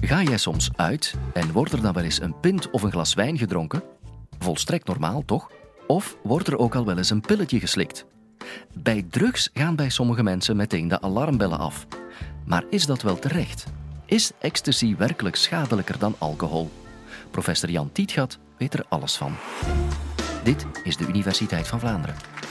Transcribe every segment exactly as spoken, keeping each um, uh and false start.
Ga jij soms uit en wordt er dan wel eens een pint of een glas wijn gedronken? Volstrekt normaal, toch? Of wordt er ook al wel eens een pilletje geslikt? Bij drugs gaan bij sommige mensen meteen de alarmbellen af. Maar is dat wel terecht? Is ecstasy werkelijk schadelijker dan alcohol? Professor Jan Tietgat weet er alles van. Dit is de Universiteit van Vlaanderen.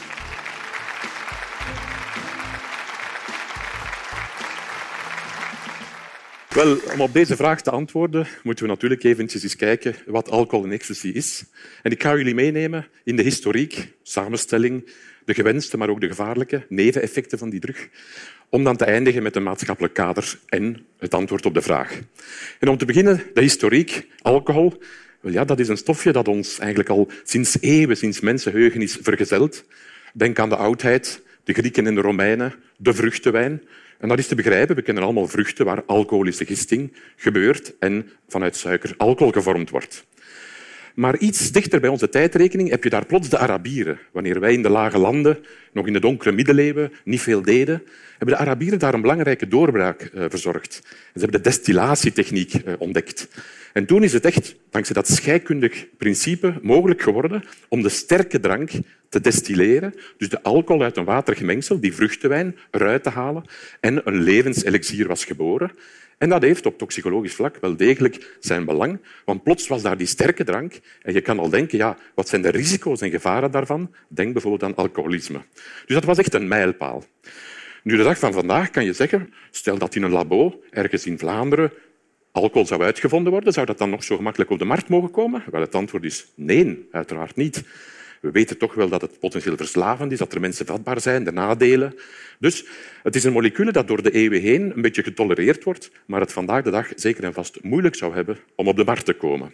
Wel, om op deze vraag te antwoorden, moeten we natuurlijk eventjes eens kijken wat alcohol en ecstasy is. En ik ga jullie meenemen in de historiek, samenstelling, de gewenste, maar ook de gevaarlijke neveneffecten van die drug, om dan te eindigen met een maatschappelijk kader en het antwoord op de vraag. En om te beginnen, de historiek. Alcohol, wel ja, dat is een stofje dat ons eigenlijk al sinds eeuwen, sinds mensenheugen is vergezeld. Denk aan de oudheid, de Grieken en de Romeinen, de vruchtenwijn. En dat is te begrijpen. We kennen allemaal vruchten waar alcoholische gisting gebeurt en vanuit suiker alcohol gevormd wordt. Maar iets dichter bij onze tijdrekening heb je daar plots de Arabieren. Wanneer wij in de lage landen, nog in de donkere middeleeuwen, niet veel deden, hebben de Arabieren daar een belangrijke doorbraak uh, verzorgd. Ze hebben de destillatietechniek uh, ontdekt. En toen is het echt, dankzij dat scheikundig principe, mogelijk geworden om de sterke drank te destilleren, dus de alcohol uit een waterig mengsel, die vruchtenwijn, eruit te halen en een levenselixier was geboren. En dat heeft op toxicologisch vlak wel degelijk zijn belang, want plots was daar die sterke drank en je kan al denken, ja, wat zijn de risico's en gevaren daarvan? Denk bijvoorbeeld aan alcoholisme. Dus dat was echt een mijlpaal. Nu, de dag van vandaag kan je zeggen, stel dat in een labo ergens in Vlaanderen alcohol zou uitgevonden worden, zou dat dan nog zo gemakkelijk op de markt mogen komen? Wel, het antwoord is nee, uiteraard niet. We weten toch wel dat het potentieel verslavend is, dat er mensen vatbaar zijn, de nadelen. Dus het is een molecuul dat door de eeuwen heen een beetje getolereerd wordt, maar het vandaag de dag zeker en vast moeilijk zou hebben om op de markt te komen.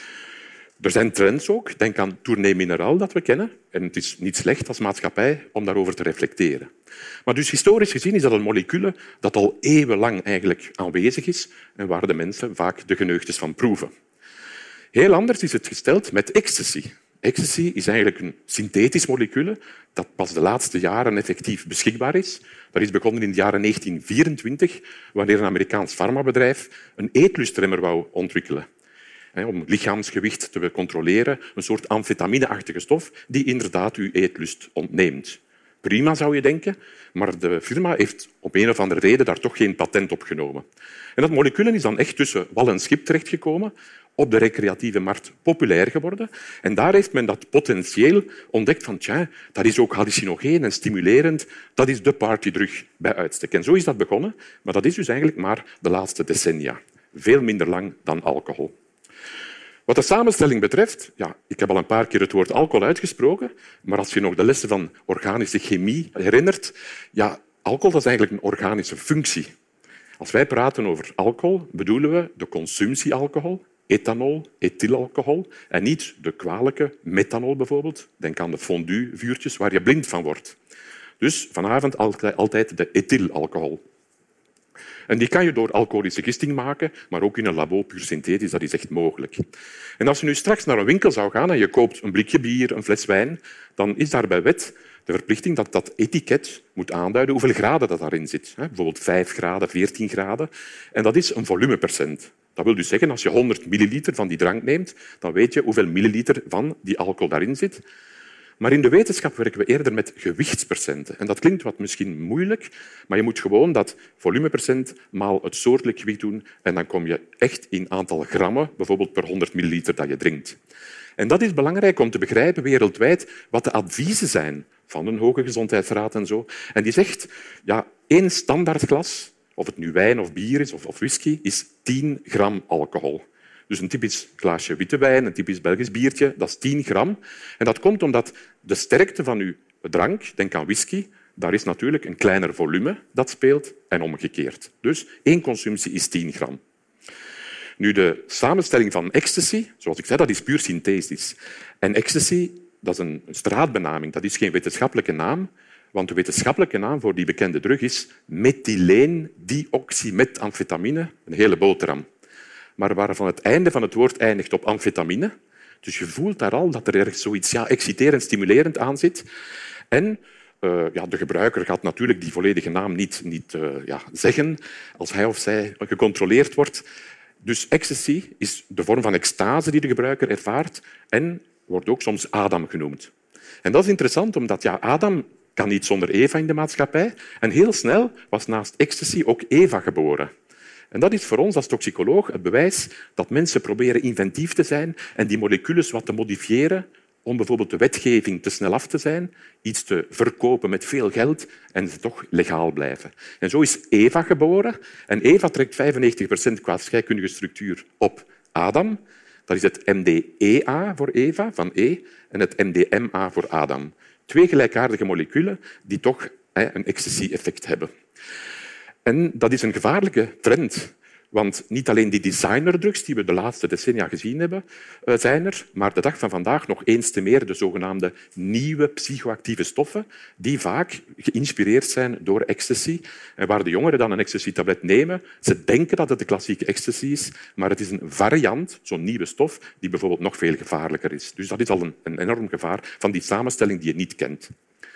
Er zijn trends ook. Denk aan Tournai Mineral dat we kennen. En het is niet slecht als maatschappij om daarover te reflecteren. Maar dus historisch gezien is dat een molecuul dat al eeuwenlang eigenlijk aanwezig is en waar de mensen vaak de geneugtes van proeven. Heel anders is het gesteld met ecstasy. Ecstasy is eigenlijk een synthetisch molecuul dat pas de laatste jaren effectief beschikbaar is. Dat is begonnen in de jaren negentien vierentwintig, wanneer een Amerikaans farmabedrijf een eetlustremmer wou ontwikkelen. Om lichaamsgewicht te controleren, een soort amfetamine-achtige stof die inderdaad uw eetlust ontneemt. Prima, zou je denken, maar de firma heeft op een of andere reden daar toch geen patent op genomen. En dat molecuul is dan echt tussen wal en schip terechtgekomen, op de recreatieve markt populair geworden. En daar heeft men dat potentieel ontdekt van tja, dat is ook hallucinogeen en stimulerend, dat is de partydrug bij uitstek. En zo is dat begonnen, maar dat is dus eigenlijk maar de laatste decennia. Veel minder lang dan alcohol. Wat de samenstelling betreft, ja, ik heb al een paar keer het woord alcohol uitgesproken, maar als je nog de lessen van organische chemie herinnert, ja, alcohol is eigenlijk een organische functie. Als wij praten over alcohol, bedoelen we de consumptiealcohol, ethanol, ethylalcohol, en niet de kwalijke methanol bijvoorbeeld. Denk aan de fondue-vuurtjes waar je blind van wordt. Dus vanavond altijd de ethylalcohol. En die kan je door alcoholische gisting maken, maar ook in een labo puur synthetisch, dat is echt mogelijk. En als je nu straks naar een winkel zou gaan en je koopt een blikje bier, een fles wijn, dan is daar bij wet de verplichting dat dat etiket moet aanduiden hoeveel graden dat daarin zit. Bijvoorbeeld vijf graden, veertien graden. En dat is een volumepercent. Dat wil dus zeggen, als je honderd milliliter van die drank neemt, dan weet je hoeveel milliliter van die alcohol daarin zit. Maar in de wetenschap werken we eerder met gewichtspercenten. En dat klinkt wat misschien moeilijk, maar je moet gewoon dat volumepercent maal het soortelijk gewicht doen en dan kom je echt in aantal grammen, bijvoorbeeld per honderd milliliter dat je drinkt. En dat is belangrijk om te begrijpen wereldwijd wat de adviezen zijn van een hoge gezondheidsraad en zo. En die zegt, ja, één standaardglas, of het nu wijn of bier is of, of whisky, is tien gram alcohol. Dus een typisch glaasje witte wijn, een typisch Belgisch biertje, dat is tien gram. En dat komt omdat de sterkte van uw drank, denk aan whisky, daar is natuurlijk een kleiner volume dat speelt en omgekeerd. Dus één consumptie is tien gram. Nu, de samenstelling van ecstasy, zoals ik zei, dat is puur synthetisch. En ecstasy, dat is een straatbenaming, dat is geen wetenschappelijke naam, want de wetenschappelijke naam voor die bekende drug is methyleendioxymethamfetamine, een hele boterham. Maar waarvan het einde van het woord eindigt op amfetamine. Dus je voelt daar al dat er ergens zoiets ja, exciterend, stimulerend aan zit. En uh, ja, de gebruiker gaat natuurlijk die volledige naam niet, niet uh, ja, zeggen als hij of zij gecontroleerd wordt. Dus ecstasy is de vorm van extase die de gebruiker ervaart en wordt ook soms Adam genoemd. En dat is interessant, omdat ja, Adam kan niet zonder Eva in de maatschappij. En heel snel was naast ecstasy ook Eva geboren. En dat is voor ons als toxicoloog het bewijs dat mensen proberen inventief te zijn en die moleculen wat te modifiëren om bijvoorbeeld de wetgeving te snel af te zijn, iets te verkopen met veel geld en ze toch legaal blijven. En zo is Eva geboren. En Eva trekt vijfennegentig procent qua scheikundige structuur op Adam. Dat is het M D E A voor Eva, van E, en het M D M A voor Adam. Twee gelijkaardige moleculen die toch een ecstasy-effect hebben. En dat is een gevaarlijke trend. Want niet alleen die designerdrugs die we de laatste decennia gezien hebben, zijn er, maar de dag van vandaag nog eens te meer de zogenaamde nieuwe psychoactieve stoffen die vaak geïnspireerd zijn door ecstasy. En waar de jongeren dan een ecstasy-tablet nemen, ze denken dat het de klassieke ecstasy is, maar het is een variant, zo'n nieuwe stof, die bijvoorbeeld nog veel gevaarlijker is. Dus dat is al een, een enorm gevaar van die samenstelling die je niet kent.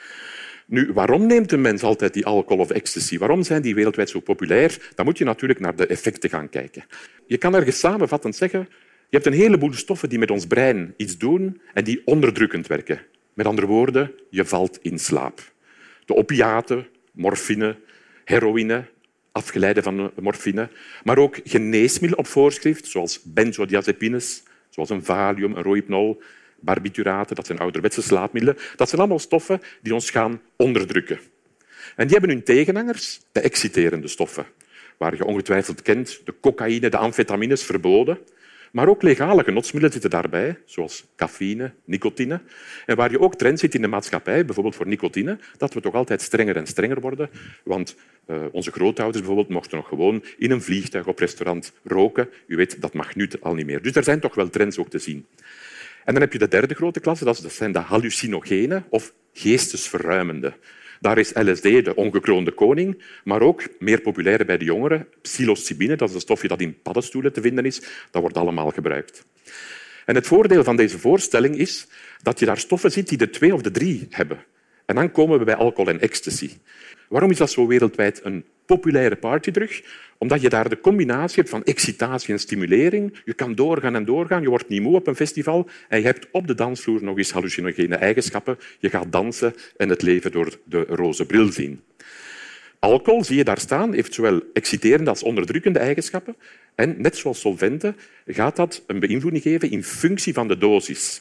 Nu, waarom neemt een mens altijd die alcohol of ecstasy? Waarom zijn die wereldwijd zo populair? Dan moet je natuurlijk naar de effecten gaan kijken. Je kan ergens samenvattend zeggen, je hebt een heleboel stoffen die met ons brein iets doen en die onderdrukkend werken. Met andere woorden, je valt in slaap. De opiaten, morfine, heroïne, afgeleide van morfine, maar ook geneesmiddelen op voorschrift, zoals benzodiazepines, zoals een Valium, een Rohypnol, barbituraten, dat zijn ouderwetse slaapmiddelen. Dat zijn allemaal stoffen die ons gaan onderdrukken. En die hebben hun tegenhangers, de exciterende stoffen, waar je ongetwijfeld kent, de cocaïne, de amfetamines, verboden. Maar ook legale genotsmiddelen zitten daarbij, zoals cafeïne, nicotine. En waar je ook trend ziet in de maatschappij, bijvoorbeeld voor nicotine, dat we toch altijd strenger en strenger worden. Want uh, onze grootouders bijvoorbeeld mochten nog gewoon in een vliegtuig op restaurant roken. U weet, dat mag nu al niet meer. Dus er zijn toch wel trends ook te zien. En dan heb je de derde grote klasse, dat zijn de hallucinogenen of geestesverruimende. Daar is L S D de ongekroonde koning, maar ook, meer populair bij de jongeren, psilocybine, dat is een stofje dat in paddenstoelen te vinden is. Dat wordt allemaal gebruikt. En het voordeel van deze voorstelling is dat je daar stoffen ziet die de twee of de drie hebben. En dan komen we bij alcohol en ecstasy. Waarom is dat zo wereldwijd een populaire partydrug? Omdat je daar de combinatie hebt van excitatie en stimulering. Je kan doorgaan en doorgaan, je wordt niet moe op een festival en je hebt op de dansvloer nog eens hallucinogene eigenschappen. Je gaat dansen en het leven door de roze bril zien. Alcohol, zie je daar staan, heeft zowel exciterende als onderdrukkende eigenschappen. En net zoals solventen gaat dat een beïnvloeding geven in functie van de dosis.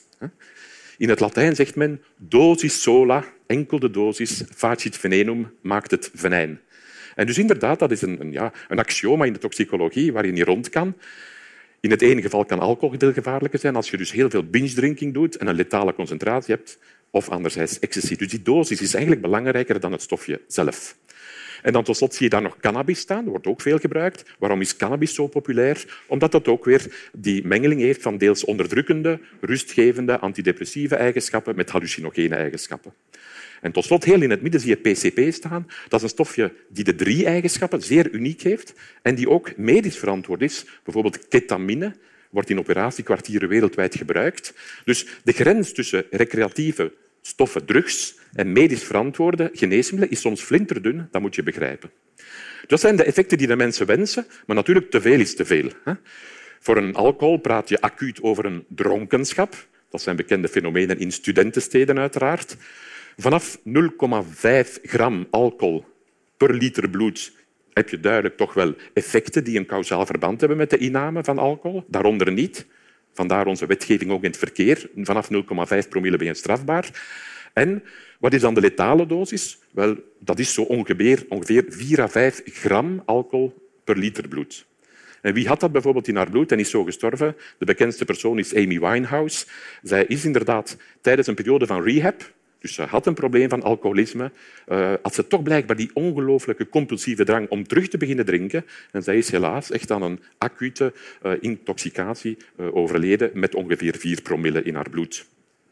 In het Latijn zegt men dosis sola, enkel de dosis, facit venenum, maakt het venijn. En dus inderdaad, dat is een, een, ja, een axioma in de toxicologie waar je niet rond kan. In het ene geval kan alcohol heel gevaarlijker zijn als je dus heel veel binge-drinking doet en een letale concentratie hebt, of anderzijds ecstasy. Dus die dosis is eigenlijk belangrijker dan het stofje zelf. En dan tot slot zie je daar nog cannabis staan. Dat wordt ook veel gebruikt. Waarom is cannabis zo populair? Omdat dat ook weer die mengeling heeft van deels onderdrukkende, rustgevende, antidepressieve eigenschappen met hallucinogene eigenschappen. En tot slot, heel in het midden zie je P C P staan. Dat is een stofje die de drie eigenschappen zeer uniek heeft en die ook medisch verantwoord is. Bijvoorbeeld ketamine wordt in operatiekwartieren wereldwijd gebruikt. Dus de grens tussen recreatieve stoffen, drugs en medisch verantwoorde geneesmiddelen is soms flinterdun, dat moet je begrijpen. Dat zijn de effecten die de mensen wensen, maar natuurlijk te veel is te veel. Voor een alcohol praat je acuut over een dronkenschap. Dat zijn bekende fenomenen in studentensteden uiteraard. Vanaf nul komma vijf gram alcohol per liter bloed heb je duidelijk toch wel effecten die een kausaal verband hebben met de inname van alcohol. Daaronder niet. Vandaar onze wetgeving ook in het verkeer. Vanaf nul komma vijf promille ben je strafbaar. En wat is dan de letale dosis? Wel, dat is zo ongeveer, ongeveer vier à vijf gram alcohol per liter bloed. En wie had dat bijvoorbeeld in haar bloed en is zo gestorven? De bekendste persoon is Amy Winehouse. Zij is inderdaad tijdens een periode van rehab, dus ze had een probleem van alcoholisme, uh, had ze toch blijkbaar die ongelooflijke compulsieve drang om terug te beginnen drinken. En zij is helaas echt aan een acute uh, intoxicatie uh, overleden met ongeveer vier promille in haar bloed.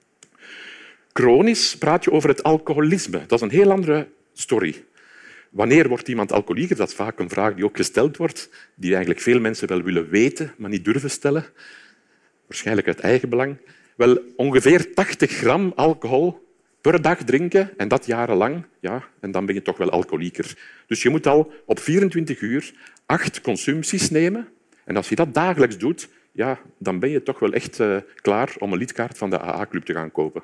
Chronisch praat je over het alcoholisme. Dat is een heel andere story. Wanneer wordt iemand alcoholieker? Dat is vaak een vraag die ook gesteld wordt, die eigenlijk veel mensen wel willen weten, maar niet durven stellen. Waarschijnlijk uit eigen belang. Wel, ongeveer tachtig gram alcohol per dag drinken, en dat jarenlang, ja, en dan ben je toch wel alcoholieker. Dus je moet al op vierentwintig uur acht consumpties nemen En als je dat dagelijks doet, ja, dan ben je toch wel echt uh, klaar om een lidkaart van de A A-club te gaan kopen.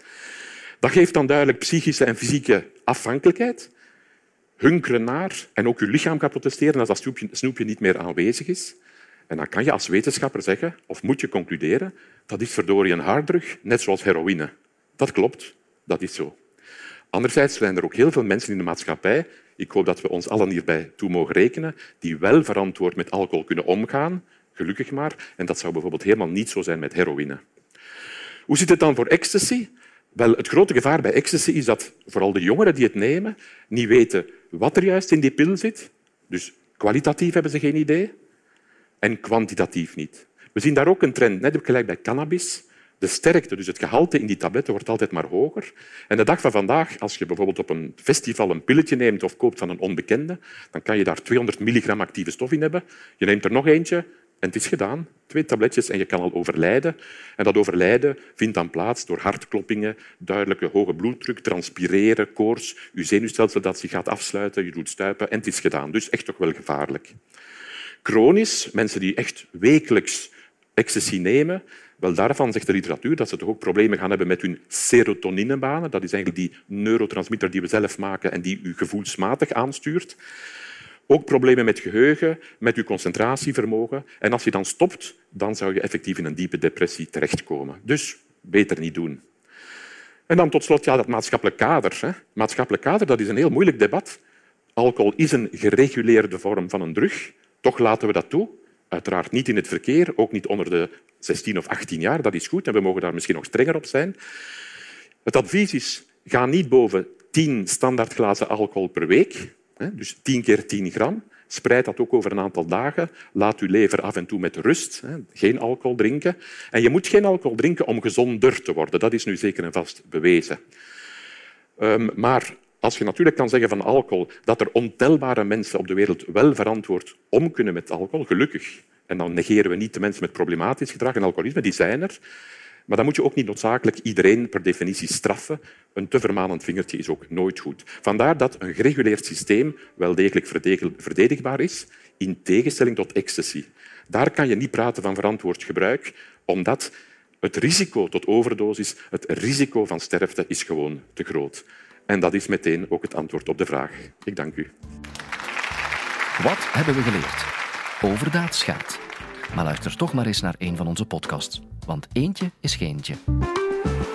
Dat geeft dan duidelijk psychische en fysieke afhankelijkheid. Hunkeren naar en ook je lichaam gaat protesteren als dat snoepje, snoepje niet meer aanwezig is. En dan kan je als wetenschapper zeggen, of moet je concluderen, dat is verdorie een harddrug, net zoals heroïne. Dat klopt, dat is zo. Anderzijds zijn er ook heel veel mensen in de maatschappij, ik hoop dat we ons allen hierbij toe mogen rekenen, die wel verantwoord met alcohol kunnen omgaan, gelukkig maar. En dat zou bijvoorbeeld helemaal niet zo zijn met heroïne. Hoe zit het dan voor ecstasy? Wel, het grote gevaar bij ecstasy is dat vooral de jongeren die het nemen niet weten wat er juist in die pil zit. Dus kwalitatief hebben ze geen idee en kwantitatief niet. We zien daar ook een trend, net gelijk bij cannabis. De sterkte, dus het gehalte in die tabletten, wordt altijd maar hoger. En de dag van vandaag, als je bijvoorbeeld op een festival een pilletje neemt of koopt van een onbekende, dan kan je daar tweehonderd milligram actieve stof in hebben. Je neemt er nog eentje en het is gedaan. Twee tabletjes en je kan al overlijden. En dat overlijden vindt dan plaats door hartkloppingen, duidelijke hoge bloeddruk, transpireren, koorts, je zenuwstelsel dat zich gaat afsluiten, je doet stuipen en het is gedaan. Dus echt toch wel gevaarlijk. Chronisch, mensen die echt wekelijks ecstasy nemen, wel daarvan zegt de literatuur dat ze toch ook problemen gaan hebben met hun serotoninebanen. Dat is eigenlijk die neurotransmitter die we zelf maken en die u gevoelsmatig aanstuurt. Ook problemen met geheugen, met je concentratievermogen. En als je dan stopt, dan zou je effectief in een diepe depressie terechtkomen. Dus beter niet doen. En dan tot slot ja, dat maatschappelijk kader. Hè. Maatschappelijk kader, dat is een heel moeilijk debat. Alcohol is een gereguleerde vorm van een drug. Toch laten we dat toe. Uiteraard niet in het verkeer, ook niet onder de zestien of achttien jaar. Dat is goed en we mogen daar misschien nog strenger op zijn. Het advies is, ga niet boven tien standaardglazen alcohol per week. Dus tien keer tien gram. Spreid dat ook over een aantal dagen. Laat uw lever af en toe met rust. Geen alcohol drinken. En je moet geen alcohol drinken om gezonder te worden. Dat is nu zeker en vast bewezen. Um, maar als je natuurlijk kan zeggen van alcohol dat er ontelbare mensen op de wereld wel verantwoord om kunnen met alcohol, gelukkig. En dan negeren we niet de mensen met problematisch gedrag en alcoholisme, die zijn er. Maar dan moet je ook niet noodzakelijk iedereen per definitie straffen. Een te vermanend vingertje is ook nooit goed. Vandaar dat een gereguleerd systeem wel degelijk verdedigbaar is, in tegenstelling tot ecstasy. Daar kan je niet praten van verantwoord gebruik, omdat het risico tot overdosis, het risico van sterfte, is gewoon te groot. En dat is meteen ook het antwoord op de vraag. Ik dank u. Wat hebben we geleerd? Overdaad schaadt. Maar luister toch maar eens naar een van onze podcasts. Want eentje is geentje.